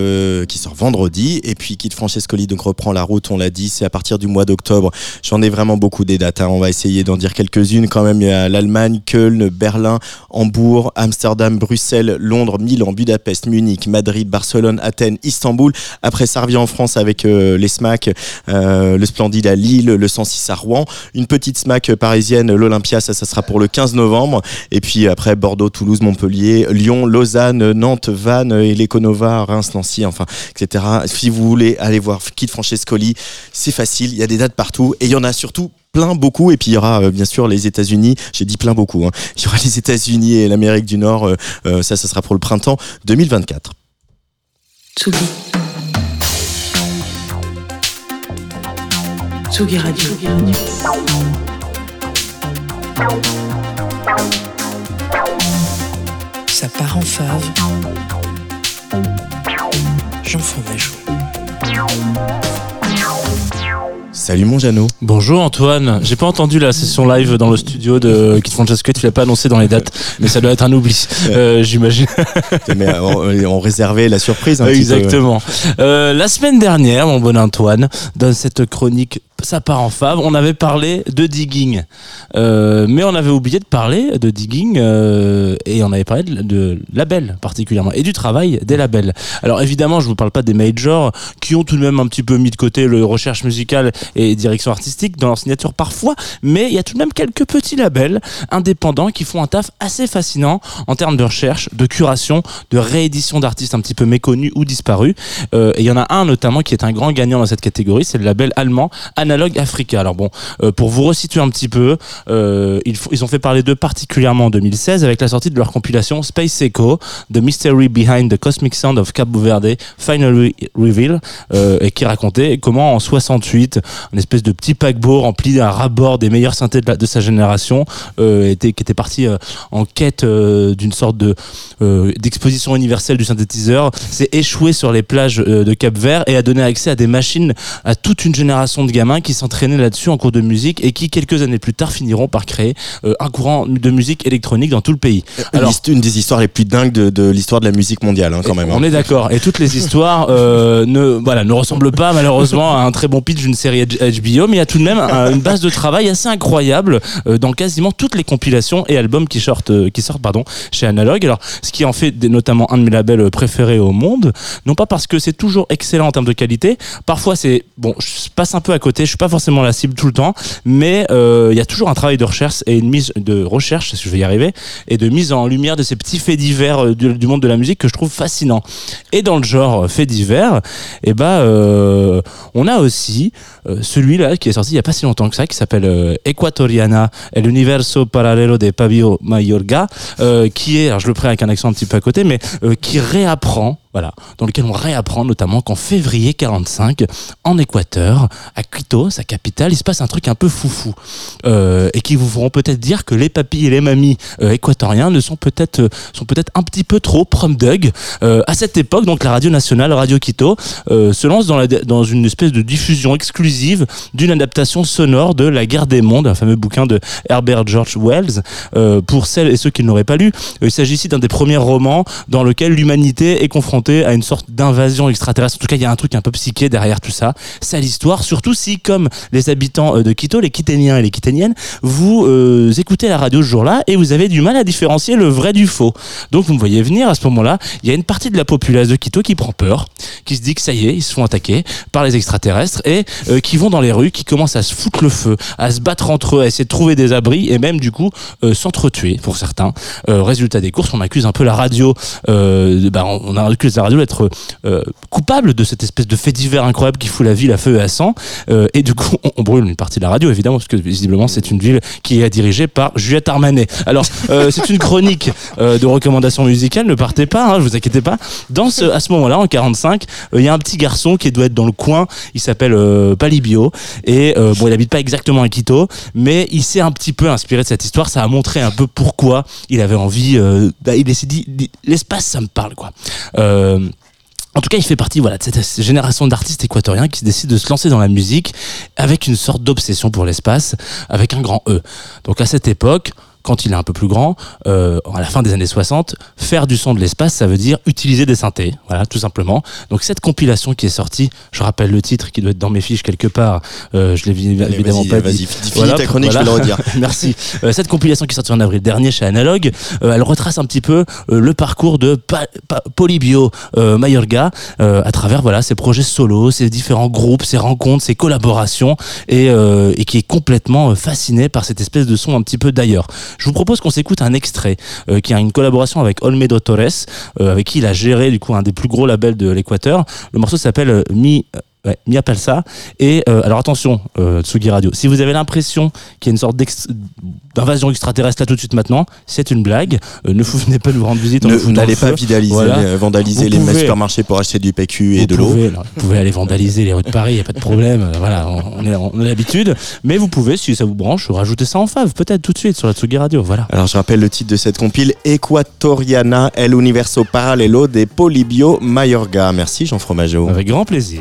vendredi. Et puis Kid Francescoli donc reprend la route, on l'a dit, c'est à partir du mois d'octobre. J'en ai vraiment beaucoup des dates, hein. On va essayer d'en dire quelques-unes quand même. Il y a l'Allemagne, Köln, Berlin, Hambourg, Amsterdam, Bruxelles, Londres, Milan, Budapest, Munich, Madrid, Barcelone, Athènes, Istanbul. Après ça revient en France avec les SMAC, le Splendide à Lille, le 106 à Rouen. Une petite SMAC parisienne, l'Olympia, ça sera pour le 15 novembre. Et puis après Bordeaux, Toulouse, Montpellier, Lyon, Lausanne, Nantes, Vannes, Eleconova, Reims, Nancy, enfin, etc. Si vous voulez aller voir Kid Francescoli, c'est facile, il y a des dates partout et il y en a surtout beaucoup. Et puis il y aura bien sûr les États-Unis, j'ai dit plein beaucoup, hein. Il y aura les États-Unis et l'Amérique du Nord, ça sera pour le printemps 2024. Tsugi. Tsugi Radio. Ça part en fave. J'en fous mes joues. Salut mon Jeannot. Bonjour Antoine, j'ai pas entendu la session live dans le studio de Kid Francescoli, tu l'as pas annoncé dans les dates, mais ça doit être un oubli, j'imagine. Mais on réservait la surprise un Exactement. Petit peu. La semaine dernière, mon bon Antoine, dans cette chronique ça part en fave. On avait parlé de digging, mais on avait oublié de parler de digging et on avait parlé de labels particulièrement et du travail des labels. Alors évidemment, je vous parle pas des majors qui ont tout de même un petit peu mis de côté le recherche musicale et direction artistique dans leur signature parfois, mais il y a tout de même quelques petits labels indépendants qui font un taf assez fascinant en termes de recherche, de curation, de réédition d'artistes un petit peu méconnus ou disparus. Et il y en a un notamment qui est un grand gagnant dans cette catégorie, c'est le label allemand Analog Africa. Alors bon, pour vous resituer un petit peu, ils ont fait parler d'eux particulièrement en 2016 avec la sortie de leur compilation Space Echo, The Mystery Behind the Cosmic Sound of Cabo Verde Finally Revealed, et qui racontait comment en 68, une espèce de petit paquebot rempli d'un ras-bord des meilleurs synthés de sa génération, qui était parti en quête d'une sorte d'exposition universelle du synthétiseur, s'est échoué sur les plages de Cap-Vert et a donné accès à des machines à toute une génération de gamins qui s'entraînaient là-dessus en cours de musique et qui quelques années plus tard finiront par créer un courant de musique électronique dans tout le pays. Alors, une des histoires les plus dingues de l'histoire de la musique mondiale, quand même. On est d'accord. Et toutes les histoires ne ressemblent pas malheureusement à un très bon pitch d'une série HBO, mais il y a tout de même une base de travail assez incroyable dans quasiment toutes les compilations et albums qui sortent chez Analog. Alors, ce qui en fait notamment un de mes labels préférés au monde, non pas parce que c'est toujours excellent en termes de qualité, parfois je passe un peu à côté, je suis pas forcément la cible tout le temps, mais il y a toujours un travail de recherche et une mise de recherche, je vais y arriver, et de mise en lumière de ces petits faits divers du monde de la musique que je trouve fascinant. Et dans le genre faits divers, on a aussi celui-là qui est sorti il y a pas si longtemps que ça, qui s'appelle Equatoriana El Universo Paralelo de Pablo Mayorga, qui est, alors je le prends avec un accent un petit peu à côté, mais qui réapprend, dans lequel on réapprend notamment qu'en février 45, en Équateur, à Quito, sa capitale, il se passe un truc un peu foufou, et qui vous feront peut-être dire que les papis et les mamies équatoriens sont peut-être un petit peu trop prom-dug. À cette époque, donc la radio nationale, Radio Quito, se lance dans une espèce de diffusion exclusive d'une adaptation sonore de La Guerre des Mondes, un fameux bouquin de Herbert George Wells. Pour celles et ceux qui ne l'auraient pas lu, il s'agit ici d'un des premiers romans dans lequel l'humanité est confrontée à une sorte d'invasion extraterrestre. En tout cas, il y a un truc un peu psyché derrière tout ça. C'est l'histoire, surtout si, comme les habitants de Quito, les Quiténiens et les Quiténiennes, vous écoutez la radio ce jour-là et vous avez du mal à différencier le vrai du faux. Donc, vous me voyez venir, à ce moment-là, il y a une partie de la populace de Quito qui prend peur, qui se dit que ça y est, ils se font attaquer par les extraterrestres et qui vont dans les rues, qui commencent à se foutre le feu, à se battre entre eux, à essayer de trouver des abris et même, du coup, s'entretuer pour certains. Résultat des courses, on accuse un peu la radio, on accuse la radio d'être coupable de cette espèce de fait divers incroyable qui fout la ville à feu et à sang, et du coup on brûle une partie de la radio évidemment, parce que visiblement c'est une ville qui est dirigée par Juliette Armanet. Alors c'est une chronique de recommandations musicales, ne partez pas, vous inquiétez pas. À ce moment-là, en 45, il y a un petit garçon qui doit être dans le coin, il s'appelle Palibio, et il habite pas exactement à Quito, mais il s'est un petit peu inspiré de cette histoire. Ça a montré un peu pourquoi il avait envie, il s'est dit l'espace ça me parle quoi. En tout cas, il fait partie de cette génération d'artistes équatoriens qui décident de se lancer dans la musique avec une sorte d'obsession pour l'espace, avec un grand E. Donc à cette époque, quand il est un peu plus grand, à la fin des années 60, faire du son de l'espace, ça veut dire utiliser des synthés, tout simplement. Donc cette compilation qui est sortie, je rappelle le titre qui doit être dans mes fiches quelque part, je l'ai évidemment pas dit. Finis ta chronique, je vais le redire. Merci. Cette compilation qui est sortie en avril dernier chez Analog, elle retrace un petit peu le parcours de Polibio Mayorga à travers ses projets solos, ses différents groupes, ses rencontres, ses collaborations, et qui est complètement fasciné par cette espèce de son un petit peu d'ailleurs. Je vous propose qu'on s'écoute un extrait qui a une collaboration avec Olmedo Torres, avec qui il a géré du coup un des plus gros labels de l'Équateur. Le morceau s'appelle Mi Apelsa. Et alors attention, Tsugi Radio, si vous avez l'impression qu'il y a une sorte d'invasion extraterrestre là tout de suite maintenant, c'est une blague. Ne vous venez pas nous rendre visite. N'allez pas vandaliser les supermarchés pour acheter du PQ et de l'eau. Vous pouvez aller vandaliser les rues de Paris, il n'y a pas de problème. On a l'habitude. Mais vous pouvez, si ça vous branche, rajouter ça en fave, peut-être tout de suite sur la Tsugi Radio. Voilà. Alors je rappelle le titre de cette compile, Equatoriana El Universo Paralelo de Polibio Mayorga. Merci Jean Fromageau. Avec grand plaisir.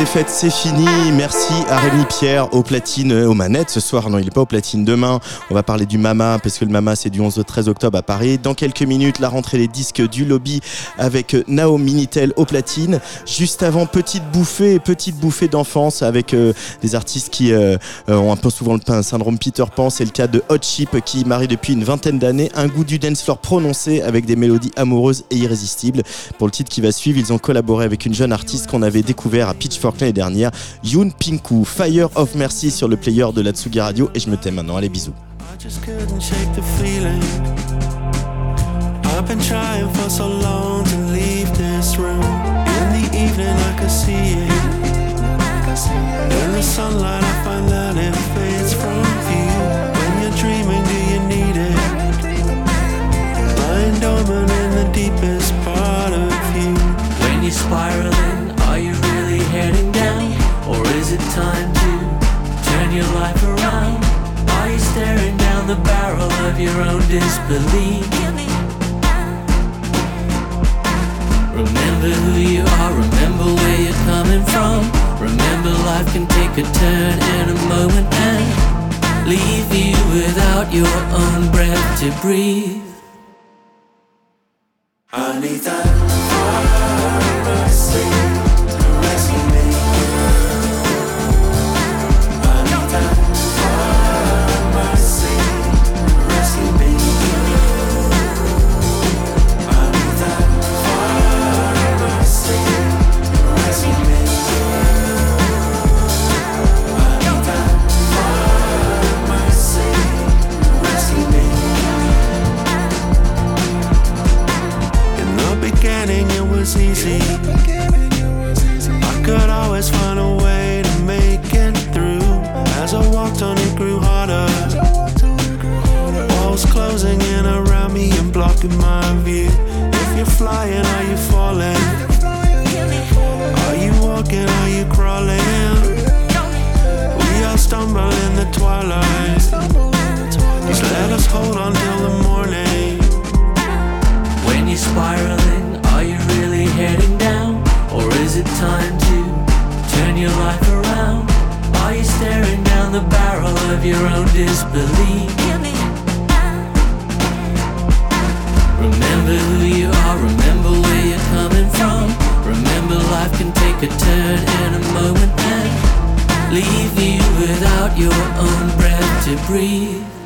défaite, c'est fini. Merci à Rémi Pierre aux platines, aux manettes ce soir. Non, il n'est pas aux platines. Demain, on va parler du MAMA, parce que le MAMA, c'est du 11 au 13 octobre à Paris. Dans quelques minutes, la rentrée des disques du Lobby avec Nao Minitel aux platines. Juste avant, petite bouffée d'enfance avec des artistes qui ont un peu souvent le syndrome Peter Pan. C'est le cas de Hot Chip qui marie depuis une vingtaine d'années un goût du dance floor prononcé avec des mélodies amoureuses et irrésistibles. Pour le titre qui va suivre, ils ont collaboré avec une jeune artiste qu'on avait découvert à Pitchfork l'année dernière, Yoon Pinku. Fire of Mercy sur le player de la Tsugi Radio, et je me tais maintenant. Allez, bisous. I've been trying for so long to leave this room. In the evening I can see it. In the sunlight I find that it fades from view. When you're dreaming, do you need it? Lying dormant in the deepest part of you. When you're spiraling, are you really heading down? Or is it time to turn your life around? Are you staring down the barrel of your own disbelief? Remember who you are, remember where you're coming from. Remember life can take a turn in a moment and leave you without your own breath to breathe. I need that fire mercy to rescue me. I need that fire mercy to rescue me. I need that fire mercy to rescue me. I need that fire mercy to rescue me. In the beginning it was easy. I could always find a way to make it through. As I walked on it grew harder. Walls closing in around me and blocking my view. If you're flying, are you falling? Are you walking, are you crawling? We all stumble in the twilight. Just let us hold on till the morning. When you're spiraling, are you really heading down? Or is it time to turn your life around? Are you staring down the barrel of your own disbelief? Remember who you are, remember where you're coming from. Remember life can take a turn in a moment and leave you without your own breath to breathe.